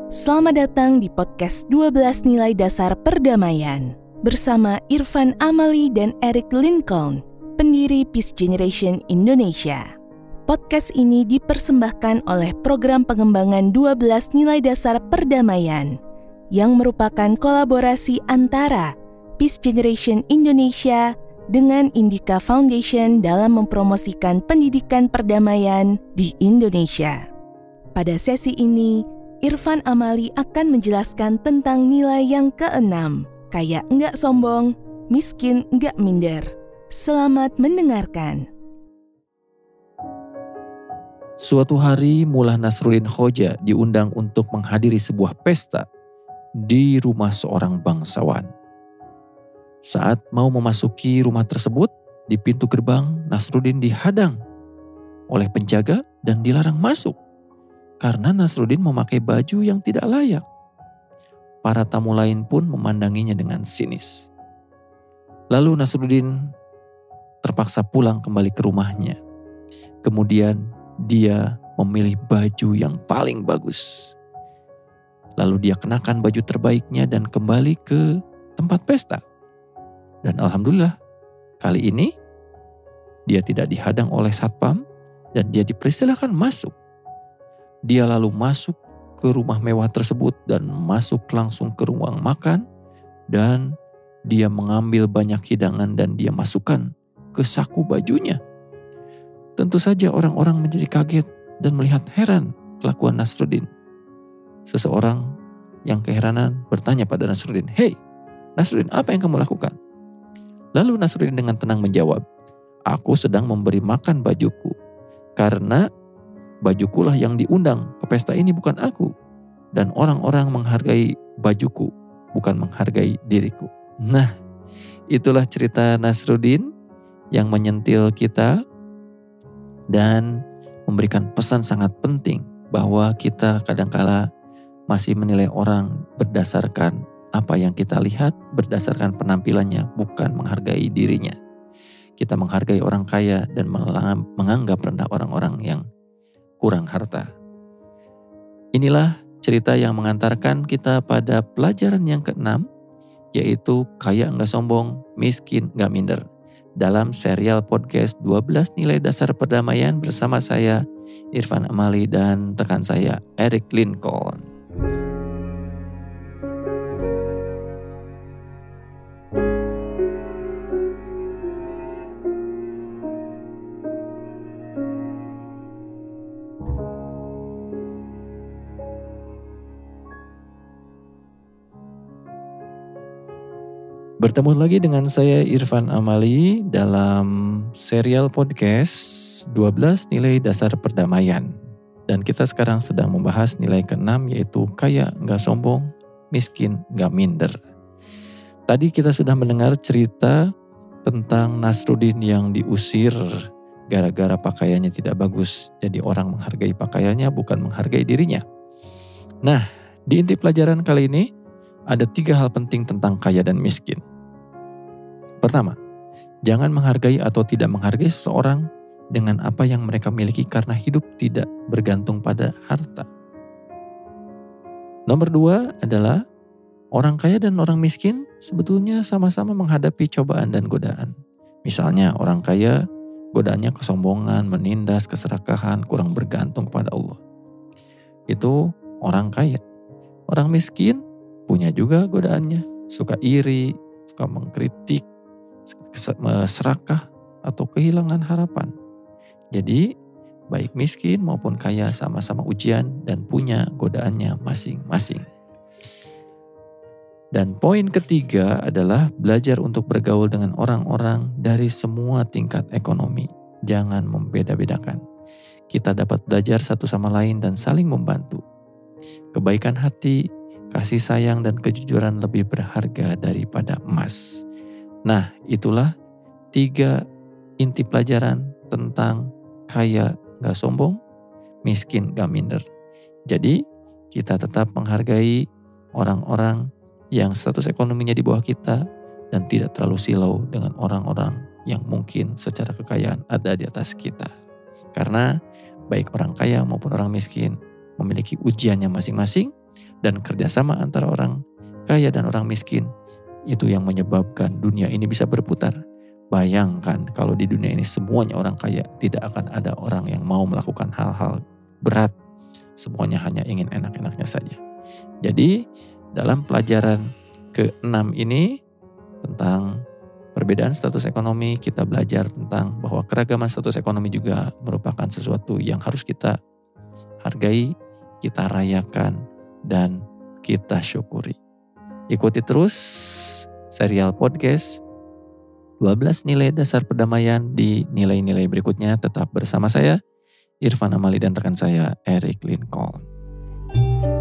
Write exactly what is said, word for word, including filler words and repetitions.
Selamat datang di podcast dua belas Nilai Dasar Perdamaian bersama Irfan Amali dan Eric Lincoln, pendiri Peace Generation Indonesia. Podcast ini dipersembahkan oleh Program Pengembangan dua belas Nilai Dasar Perdamaian yang merupakan kolaborasi antara Peace Generation Indonesia dengan Indika Foundation dalam mempromosikan pendidikan perdamaian di Indonesia. Pada sesi ini, Irfan Amali akan menjelaskan tentang nilai yang keenam, kaya enggak sombong, miskin enggak minder. Selamat mendengarkan. Suatu hari Mullah Nasruddin Khoja diundang untuk menghadiri sebuah pesta di rumah seorang bangsawan. Saat mau memasuki rumah tersebut, di pintu gerbang Nasruddin dihadang oleh penjaga dan dilarang masuk karena Nasruddin memakai baju yang tidak layak. Para tamu lain pun memandanginya dengan sinis. Lalu Nasruddin terpaksa pulang kembali ke rumahnya. Kemudian dia memilih baju yang paling bagus. Lalu dia kenakan baju terbaiknya dan kembali ke tempat pesta. Dan alhamdulillah, kali ini dia tidak dihadang oleh satpam dan dia dipersilakan masuk. Dia lalu masuk ke rumah mewah tersebut dan masuk langsung ke ruang makan dan dia mengambil banyak hidangan dan dia masukkan ke saku bajunya. Tentu saja orang-orang menjadi kaget dan melihat heran kelakuan Nasruddin. Seseorang yang keheranan bertanya pada Nasruddin, "Hei, Nasruddin, apa yang kamu lakukan?" Lalu Nasruddin dengan tenang menjawab, "Aku sedang memberi makan bajuku, karena bajukulah yang diundang ke pesta ini, bukan aku. Dan orang-orang menghargai bajuku, bukan menghargai diriku." Nah, itulah cerita Nasruddin yang menyentil kita dan memberikan pesan sangat penting bahwa kita kadangkala masih menilai orang berdasarkan apa yang kita lihat, berdasarkan penampilannya, bukan menghargai dirinya. Kita menghargai orang kaya dan menganggap rendah orang-orang yang kurang harta. Inilah cerita yang mengantarkan kita pada pelajaran yang keenam, yaitu kaya enggak sombong, miskin enggak minder. Dalam serial podcast dua belas Nilai Dasar Perdamaian bersama saya, Irfan Amali, dan rekan saya, Eric Lincoln. Bertemu lagi dengan saya Irfan Amali dalam serial podcast dua belas Nilai Dasar Perdamaian. Dan kita sekarang sedang membahas nilai keenam, yaitu kaya enggak sombong, miskin enggak minder. Tadi kita sudah mendengar cerita tentang Nasruddin yang diusir gara-gara pakaiannya tidak bagus. Jadi orang menghargai pakaiannya, bukan menghargai dirinya. Nah, di inti pelajaran kali ini ada tiga hal penting tentang kaya dan miskin. Pertama, jangan menghargai atau tidak menghargai seseorang dengan apa yang mereka miliki karena hidup tidak bergantung pada harta. Nomor dua adalah orang kaya dan orang miskin sebetulnya sama-sama menghadapi cobaan dan godaan. Misalnya orang kaya godaannya kesombongan, menindas, keserakahan, kurang bergantung kepada Allah. Itu orang kaya. Orang miskin punya juga godaannya, suka iri, suka mengkritik, serakah, atau kehilangan harapan. Jadi, baik miskin maupun kaya sama-sama ujian dan punya godaannya masing-masing. Dan poin ketiga adalah belajar untuk bergaul dengan orang-orang dari semua tingkat ekonomi. Jangan membeda-bedakan. Kita dapat belajar satu sama lain dan saling membantu. Kebaikan hati, kasih sayang dan kejujuran lebih berharga daripada emas. Nah, itulah tiga inti pelajaran tentang kaya gak sombong, miskin gak minder. Jadi, kita tetap menghargai orang-orang yang status ekonominya di bawah kita dan tidak terlalu silau dengan orang-orang yang mungkin secara kekayaan ada di atas kita. Karena baik orang kaya maupun orang miskin memiliki ujiannya masing-masing, dan kerjasama antara orang kaya dan orang miskin, itu yang menyebabkan dunia ini bisa berputar. Bayangkan kalau di dunia ini semuanya orang kaya, tidak akan ada orang yang mau melakukan hal-hal berat. Semuanya hanya ingin enak-enaknya saja. Jadi dalam pelajaran keenam ini tentang perbedaan status ekonomi, kita belajar tentang bahwa keragaman status ekonomi juga merupakan sesuatu yang harus kita hargai, kita rayakan, dan kita syukuri. Ikuti terus serial podcast dua belas Nilai Dasar Perdamaian di nilai-nilai berikutnya. Tetap bersama saya, Irfan Amali, dan rekan saya, Eric Lincoln.